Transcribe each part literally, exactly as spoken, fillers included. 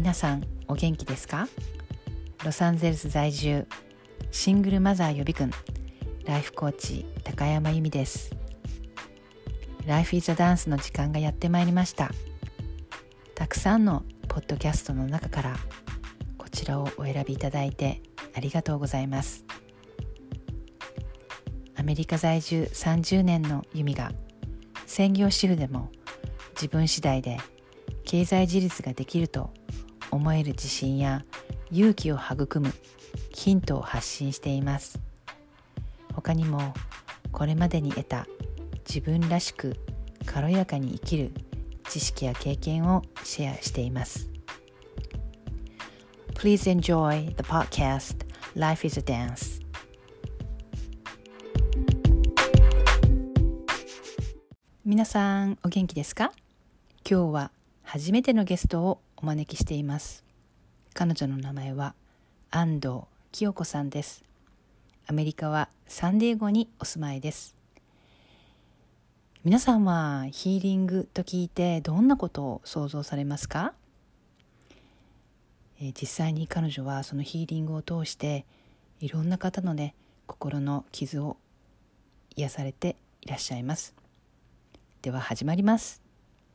皆さんお元気ですか？ロサンゼルス在住シングルマザー予備軍ライフコーチ高山由美です。Life is a Dance の時間がやってまいりました。たくさんのポッドキャストの中からこちらをお選びいただいてありがとうございます。アメリカ在住さんじゅうねんの由美が専業主婦でも自分次第で経済自立ができると思える自信や勇気を育むヒントを発信しています。他にもこれまでに得た自分らしく軽やかに生きる知識や経験をシェアしています。Please enjoy the podcast Life is a Dance。 皆さんお元気ですか？今日は初めてのゲストをお招きしています。彼女の名前は安藤清子さんです。アメリカはサンディエゴにお住まいです。皆さんはヒーリングと聞いてどんなことを想像されますか？えー、実際に彼女はそのヒーリングを通していろんな方のね心の傷を癒されていらっしゃいます。では始まります。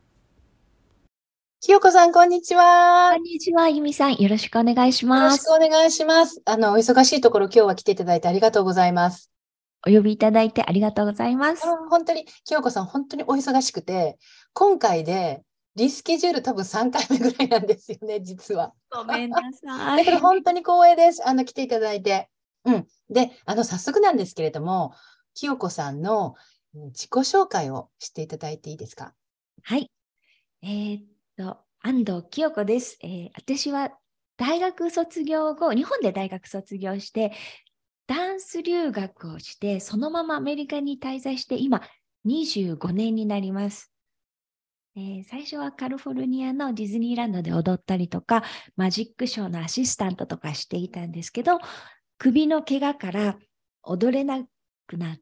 清子さん、こんにちは。 こんにちは、由美さん、よろしくお願いします。 よろしくお願いします。あの、お忙しいところ、今日は来ていただいてありがとうございます。 お呼びいただいてありがとうございます。 あ、本当に、清子さん、本当にお忙しくて、今回でリスケジュール多分さんかいめぐらいなんですよね、実は。 ごめんなさい。 だから本当に光栄です。あの、来ていただいて。うん。で、あの、早速なんですけれども、清子さんの自己紹介をしていただいていいですか？ はい。えー、っと、安藤清子です、えー。私は大学卒業後、日本で大学卒業して、ダンス留学をして、そのままアメリカに滞在して、今にじゅうごねんになります。えー、最初はカリフォルニアのディズニーランドで踊ったりとか、マジックショーのアシスタントとかしていたんですけど、首の怪我から踊れなくなって、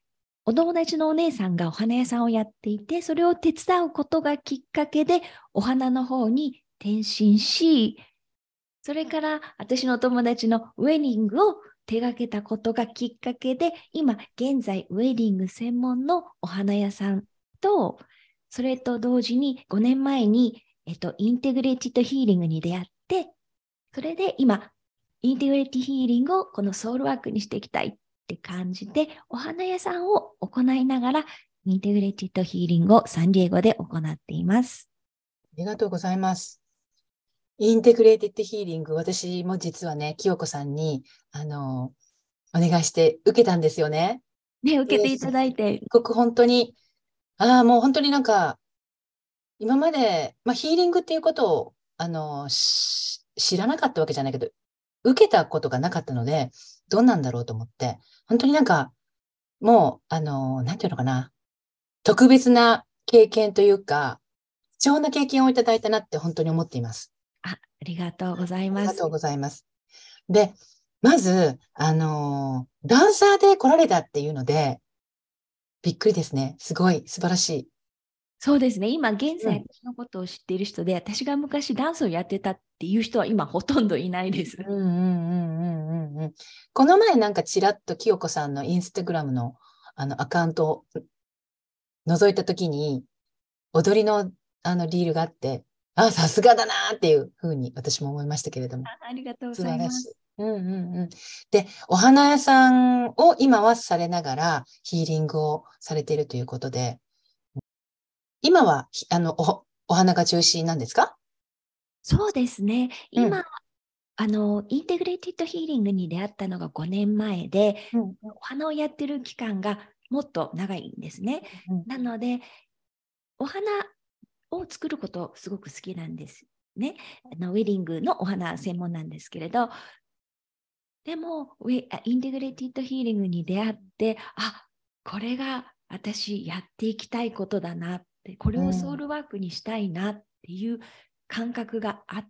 お友達のお姉さんがお花屋さんをやっていて、それを手伝うことがきっかけでお花の方に転身し、それから私のお友達のウェディングを手掛けたことがきっかけで、今現在ウェディング専門のお花屋さんと、それと同時にごねんまえに、えっと、インテグレティッドヒーリングに出会って、それで今インテグレティヒーリングをこのソウルワークにしていきたいって感じで、お花屋さんを行いながら、インテグレティッドヒーリングをサンディエゴで行っています。 ありがとうございます。インテグレーテッドヒーリング、私も実はね、清子さんに、あの、お願いして受けたんですよね。 ね、受けていただいて。 すごく本当に、ああ、もう本当になんか、今まで、まあ、ヒーリングっていうことを、あの、知らなかったわけじゃないけど、受けたことがなかったので、どうなんだろうと思って、本当になんか、もう、あの、なんていうのかな、特別な経験というか、貴重な経験をいただいたなって本当に思っています。 あ、ありがとうございます。 ありがとうございます。で、まず、あの、ダンサーで来られたっていうので、びっくりですね。すごい、素晴らしい。 そうですね。今現在、 うん、 私のことを知っている人で、私が昔ダンスをやってたっていう人は今ほとんどいないです。 うんうんうんうんうんうん。この前なんかちらっと清子さんのインスタグラムのあのアカウントを覗いたときに、踊りのあのリールがあって、あ、さすがだなっていうふうに私も思いましたけれども。 あ、ありがとうご素ざいます。 晴らしい。うんうんうん。で、お花屋さんを今はされながらヒーリングをされているということで、今はあの お, お花が中心なんですか？ そうですね。今、 うん、 あの、インテグレティッドヒーリングに出会ったのがごねんまえで、 うん、 お花をやってる期間がもっと長いんですね。 うん、 なので、お花を作ることすごく好きなんですね。あのウェディングのお花専門なんですけれど、でも、ウェインテグレティッドヒーリングに出会って、あ、これが私やっていきたいことだなって、これをソウルワークにしたいなっていう感覚があって、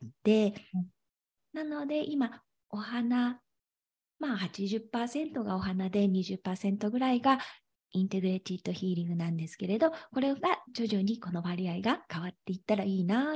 うん、 なので今、お花、まあはちじゅっパーセントがお花でにじゅっパーセントぐらいがインテグレティッドヒーリングなんですけれど、これが徐々にこの割合が変わっていったらいいなっ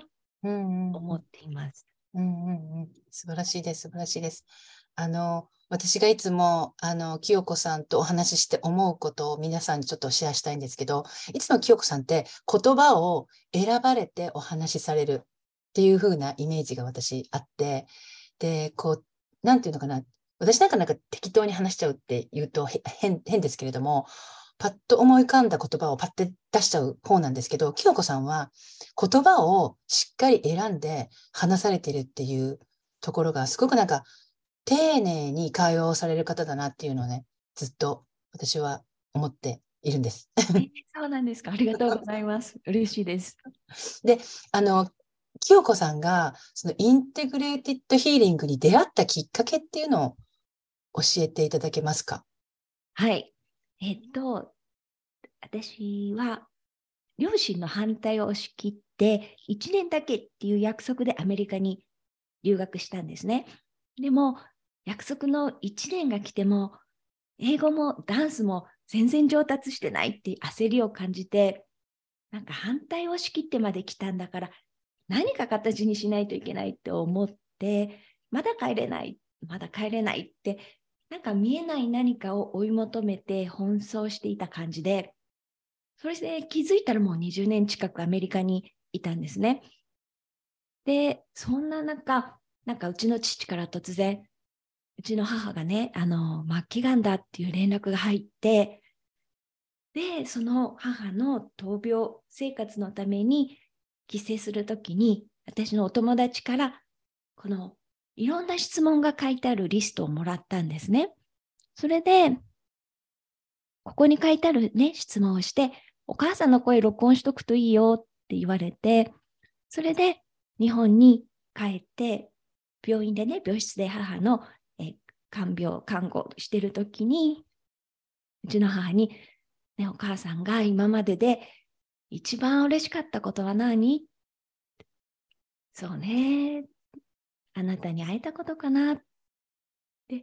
うんうん思っています。 うんうんうん、素晴らしいです。素晴らしいです。あの、私がいつも、あの、清子さんとお話しして思うことを皆さんにちょっとシェアしたいんですけど、いつも清子さんって言葉を選ばれてお話しされるっていう風なイメージが私あって、で、こう、なんていうのかな、私なんかなんか適当に話しちゃうって言うとへ変、変ですけれども、パッと思い浮かんだ言葉をパッて出しちゃう方なんですけど、清子さんは言葉をしっかり選んで話されてるっていうところがすごくなんか丁寧に会話をされる方だなっていうのをね、ずっと私は思っているんです。 え、そうなんですか。ありがとうございます。嬉しいです。 で、あの、清子さんがそのインテグレーティッドヒーリングに出会ったきっかけっていうのを教えていただけますか？ はい。えっと、私は両親の反対を押し切っていちねんだけっていう約束でアメリカに留学したんですね。でも約束のいちねんが来ても英語もダンスも全然上達してないっていう焦りを感じて、なんか反対を押し切ってまで来たんだから何か形にしないといけないって思って、まだ帰れないまだ帰れないってなんか見えない何かを追い求めて奔走していた感じで、それで気づいたらもうにじゅうねん近くアメリカにいたんですね。で、そんな中、なんかうちの父から突然、うちの母がね、あの、末期がんだっていう連絡が入って、で、その母の闘病生活のために帰省するときに、私のお友達から、このいろんな質問が書いてあるリストをもらったんですね。それで、ここに書いてあるね、質問をして、お母さんの声録音しとくといいよって言われて、それで日本に帰って、病院でね、病室で母のえ看病、看護してるときに、うちの母に、ね、お母さんが今までで一番嬉しかったことは何？そうね、あなたに会えたことかなって。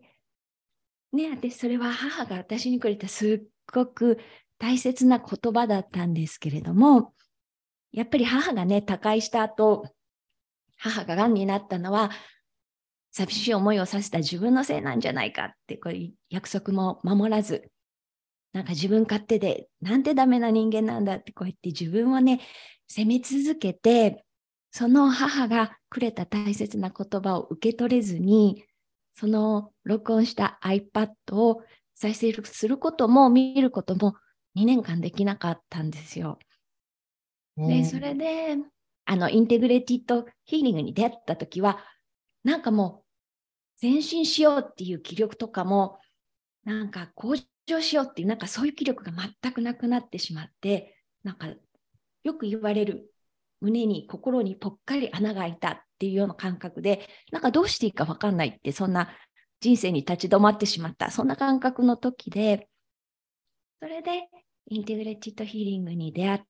ね、私、それは母が私にくれたすっごく大切な言葉だったんですけれども、やっぱり母がね、他界した後、母が癌になったのは、寂しい思いをさせた自分のせいなんじゃないかって、これ約束も守らず、なんか自分勝手で、なんてダメな人間なんだってこう言って自分をね、責め続けて、その母がくれた大切な言葉を受け取れずに、その録音した iPad を再生することも見ることもにねんかんできなかったんですよ。で、それで、あの、インテグレーティッドヒーリングに出会ったときは、なんかもう、前進しようっていう気力とかも、なんか向上しようっていう、なんかそういう気力が全くなくなってしまって、なんかよく言われる、胸に心にぽっかり穴が開いたっていうような感覚で、なんかどうしていいか分かんないって、そんな人生に立ち止まってしまった、そんな感覚の時で、それでインテグレティッドヒーリングに出会って、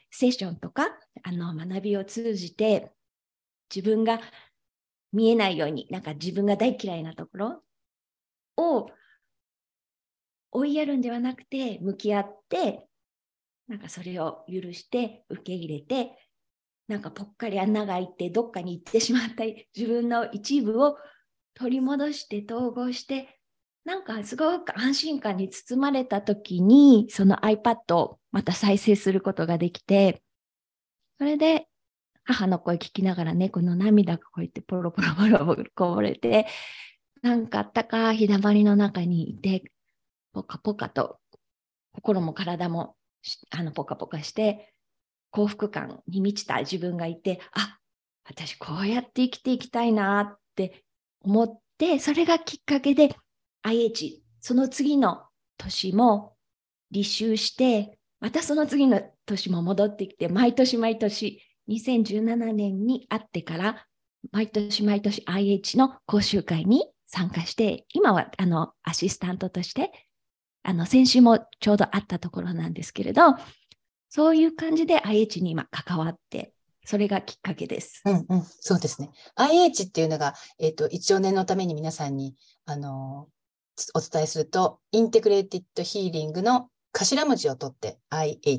セッションとかあの学びを通じて、自分が見えないように、なんか自分が大嫌いなところを追いやるんではなくて、向き合って、なんかそれを許して受け入れて、なんかぽっかり穴が開いてどっかに行ってしまった自分の一部を取り戻して統合して、なんかすごく安心感に包まれた時に、その iPad をまた再生することができて、それで母の声聞きながらね、この涙がこうやってポロポロポロポロこぼれて、なんかあったかい日だまりの中にいて、ポカポカと心も体もあのポカポカして幸福感に満ちた自分がいて、あ、私こうやって生きていきたいなって思って、それがきっかけで アイエイチ、その次の年も履修して、またその次の年も戻ってきて、毎年毎年にせんじゅうななねんに会ってから毎年毎年 アイエイチ の講習会に参加して、今はあのアシスタントとしてあの先週もちょうど会ったところなんですけれど、そういう感じで アイエイチ に今関わって、それがきっかけです。 うんうん、そうですね。アイエイチ っていうのが、えっと、一応念のために皆さんに、あのお伝えすると、インテグレーティッドヒーリングの頭文字を取って アイエイチ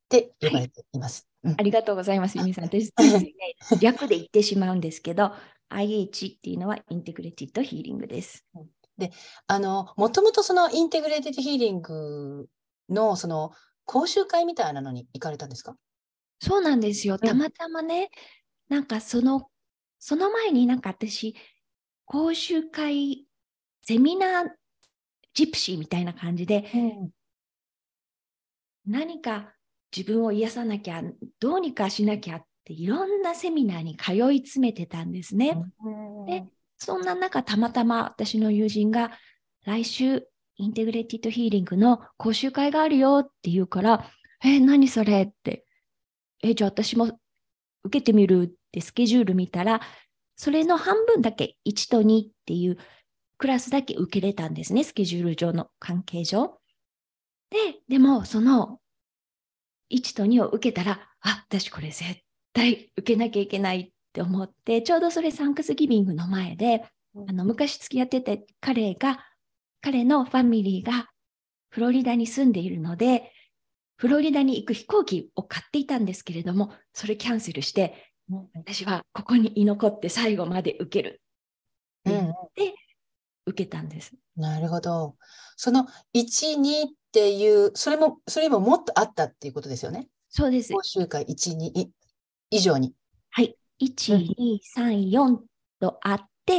て呼ばれています。 はい、うん、ありがとうございます、ゆみさん。私、ついついね、略で言ってしまうんですけど、アイエイチ っていうのはインテグレティッドヒーリングです。 で、あの、もともとそのインテグレティッドヒーリングのその講習会みたいなのに行かれたんですか？ そうなんですよ。たまたまね、うん、なんかその、その前になんか私、講習会、セミナー、ジプシーみたいな感じで、うん、何か自分を癒さなきゃ、どうにかしなきゃっていろんなセミナーに通い詰めてたんですね。うん、で、そんな中、たまたま私の友人が来週インテグレティッドヒーリングの講習会があるよって言うから、え、何それって、え、じゃあ私も受けてみるってスケジュール見たら、それの半分だけいちとにっていうクラスだけ受けれたんですね、スケジュール上の関係上。で、でもそのいちとにを受けたら、あ、私これ絶対受けなきゃいけないって思って、ちょうどそれサンクスギビングの前で、あの昔付き合ってて彼が、彼のファミリーがフロリダに住んでいるので、フロリダに行く飛行機を買っていたんですけれども、それキャンセルして、私はここに居残って最後まで受けるって言って受けたんです。 うん、なるほど。そのいち、にっていう、それも、それももっとあったっていうことですよね。 そうです。 講習会いち、に以上に。 はい。いち、に、さん、よんとあって、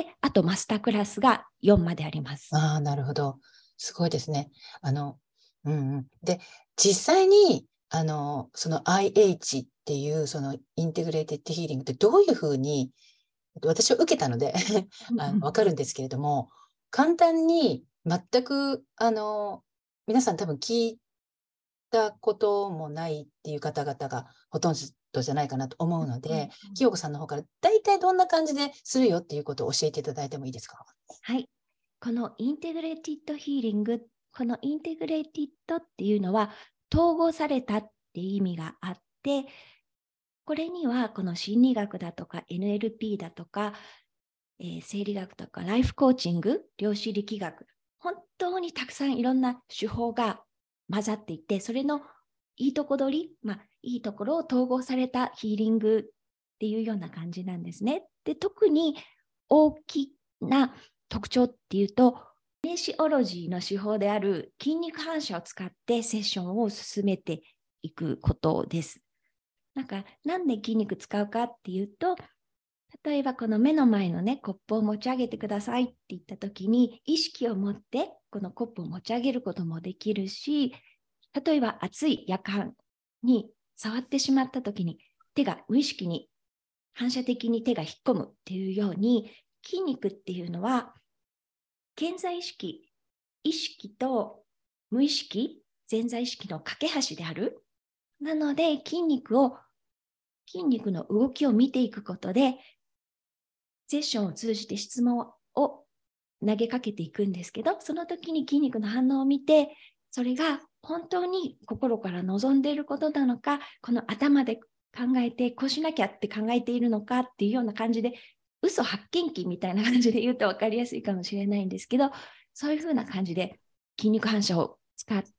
あとマスタークラスがよんまであります。 ああ、なるほど。すごいですね。あの、うんうん。で、実際に、あの、その アイエイチ っていう、そのインテグレーテッドヒーリングってどういうふうに、私は受けたのであの、わかるんですけれども、簡単に全く、あの、皆さん多分聞いたこともないっていう方々がほとんどじゃないかなと思うので、清子さんの方から大体どんな感じでするよっていうことを教えていただいてもいいですか？ はい。このインテグレティッドヒーリング、このインテグレティッドっていうのは統合されたっていう意味があって、これにはこの心理学だとか エヌエルピー だとか、えー、生理学とかライフコーチング、量子力学、本当にたくさんいろんな手法が混ざっていて、それのいいとこ取り、まあ、いいところを統合されたヒーリングっていうような感じなんですね。で、特に大きな特徴っていうと、ネーシオロジーの手法である筋肉反射を使ってセッションを進めていくことです。なんか、なんで筋肉使うかっていうと、例えばこの目の前のね、コップを持ち上げてくださいって言ったときに、意識を持ってこのコップを持ち上げることもできるし、例えば熱いやかんに触ってしまったときに、手が無意識に反射的に手が引っ込むっていうように、筋肉っていうのは潜在意識、意識と無意識、潜在意識の架け橋である。なので筋肉を筋肉の動きを見ていくことで、セッションを通じて質問を投げかけていくんですけど、その時に筋肉の反応を見て、それが本当に心から望んでいることなのか、この頭で考えて、こうしなきゃって考えているのかっていうような感じで、嘘発見器みたいな感じで言うと分かりやすいかもしれないんですけど、そういうふうな感じで筋肉反射を使って、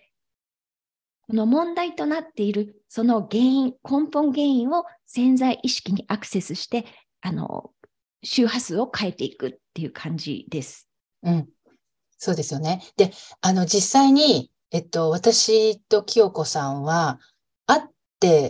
この問題となっているその原因、根本原因を潜在意識にアクセスして、あの、周波数を変えていくっていう感じです。 うん。そうですよね。で、あの、実際に、えっと、私と清子さんは、会って、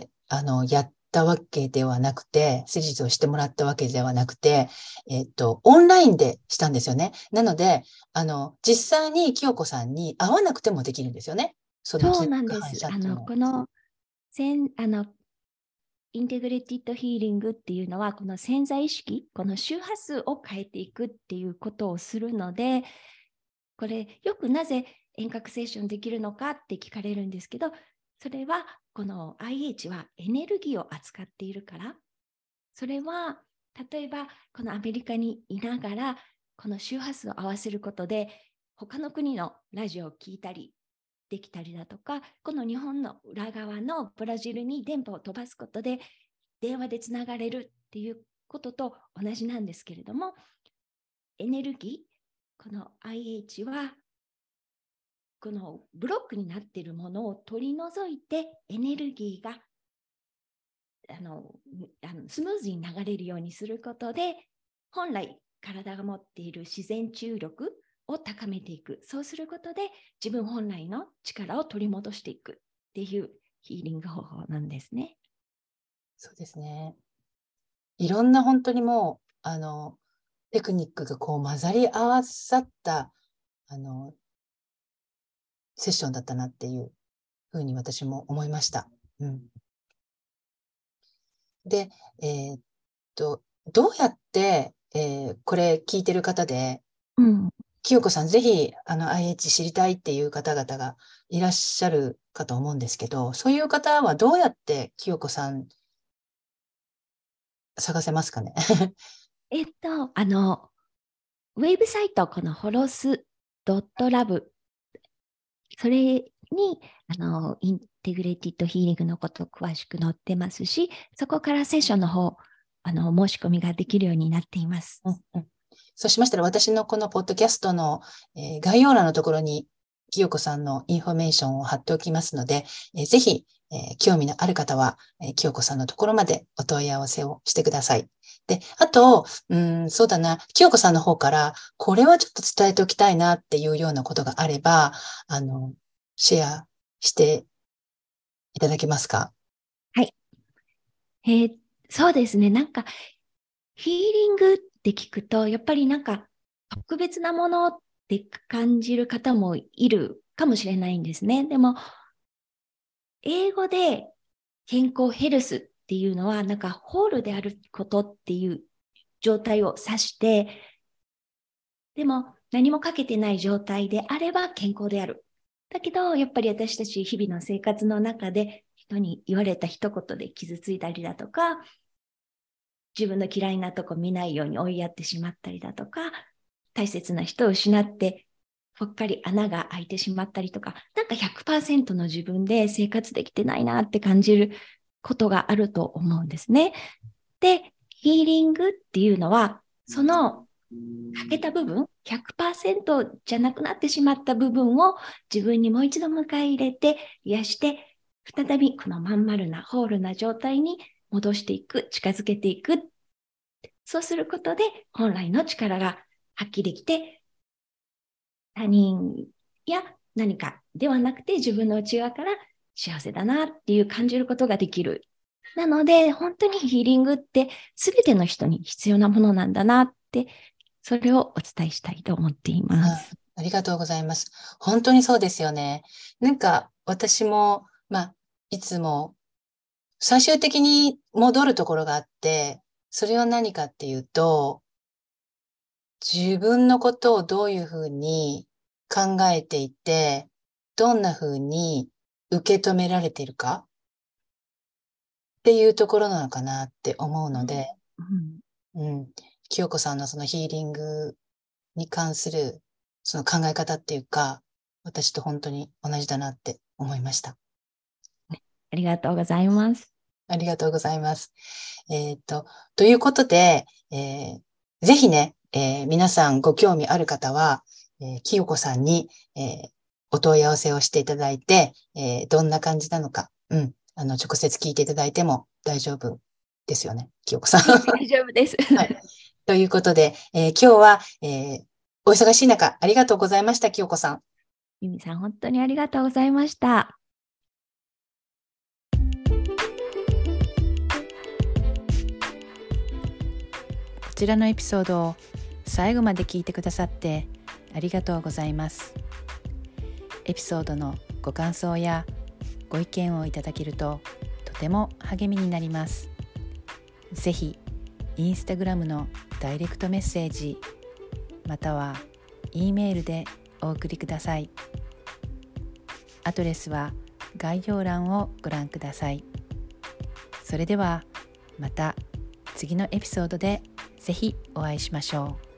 あの、やったわけではなくて、施術をしてもらったわけではなくて、えっと、オンラインでしたんですよね。なので、あの、実際に清子さんに会わなくてもできるんですよね。そのそうなんです。あの、この、せんあの、インテグレティッドヒーリングっていうのは、この潜在意識、この周波数を変えていくっていうことをするので、これ、よくなぜ遠隔セッションできるのかって聞かれるんですけど、それは、この アイエイチ はエネルギーを扱っているから、それは、例えば、このアメリカにいながら、この周波数を合わせることで、他の国のラジオを聞いたりできたりだとか、この日本の裏側のブラジルに電波を飛ばすことで、電話でつながれるっていうことと同じなんですけれども、エネルギー、この アイエイチ は、 このブロックになっているものを取り除いて、エネルギーがあのあのスムーズに流れるようにすることで、本来体が持っている自然治癒力を高めていく。そうすることで自分本来の力を取り戻していくっていうヒーリング方法なんですね。 そうですね。いろんな本当にもうあのテクニックがこう混ざり合わさったあのセッションだったなっていうふうに私も思いました。うん、で、えー、っとどうやって、えー、これ聞いてる方で、うん、清子さんぜひあの アイエイチ 知りたいっていう方々がいらっしゃるかと思うんですけど、そういう方はどうやって清子さん探せますかね？ えっと、あの、ウェブサイト、このホロス .lab、それにあのインテグレティッドヒーリングのことを詳しく載ってますし、そこからセッションの方、あの申し込みができるようになっています。 うんうん、そうしましたら、私のこのポッドキャストの、えー、概要欄のところに、清子さんのインフォメーションを貼っておきますので、えー、ぜひ、えー、興味のある方は、えー、清子さんのところまでお問い合わせをしてください。で、あと、うん、そうだな、清子さんの方から、これはちょっと伝えておきたいなっていうようなことがあれば、あの、シェアしていただけますか？ はい。えー、そうですね。なんか、ヒーリングって聞くと、やっぱりなんか、特別なものって感じる方もいるかもしれないんですね。でも、英語で健康ヘルスっていうのは、なんかホールであることっていう状態を指して、でも何もかけてない状態であれば健康である。だけど、やっぱり私たち日々の生活の中で人に言われた一言で傷ついたりだとか、自分の嫌いなとこ見ないように追いやってしまったりだとか、大切な人を失ってぽっかり穴が開いてしまったりとか、なんか ひゃくパーセント の自分で生活できてないなって感じることがあると思うんですね。で、ヒーリングっていうのは、その欠けた部分、ひゃくパーセント じゃなくなってしまった部分を自分にもう一度迎え入れて、癒して、再びこのまん丸なホールな状態に戻していく、近づけていく。そうすることで本来の力が発揮できて、他人や何かではなくて自分の内側から幸せだなっていう感じることができる。なので本当にヒーリングって全ての人に必要なものなんだなって、それをお伝えしたいと思っています。 あ、ありがとうございます。本当にそうですよね。なんか私も、まあ、いつも最終的に戻るところがあって、それは何かっていうと、自分のことをどういうふうに考えていて、どんなふうに受け止められているかっていうところなのかなって思うので、うんうん、清子さんのそのヒーリングに関するその考え方っていうか、私と本当に同じだなって思いました。 ありがとうございます。 ありがとうございます。えっと、ということで、えー、ぜひね、えー、皆さんご興味ある方は、えー、清子さんに、えー、お問い合わせをしていただいて、えー、どんな感じなのか、うん、あの直接聞いていただいても大丈夫ですよね、清子さん。 大丈夫です。 はい。ということで、えー、今日は、えー、お忙しい中、ありがとうございました、清子さん。 ゆみさん、本当にありがとうございました。 こちらのエピソードを最後まで聞いてくださってありがとうございます。エピソードのご感想やご意見をいただけるととても励みになります。ぜひインスタグラムのダイレクトメッセージまたは E メールでお送りください。アドレスは概要欄をご覧ください。それではまた次のエピソードでぜひお会いしましょう。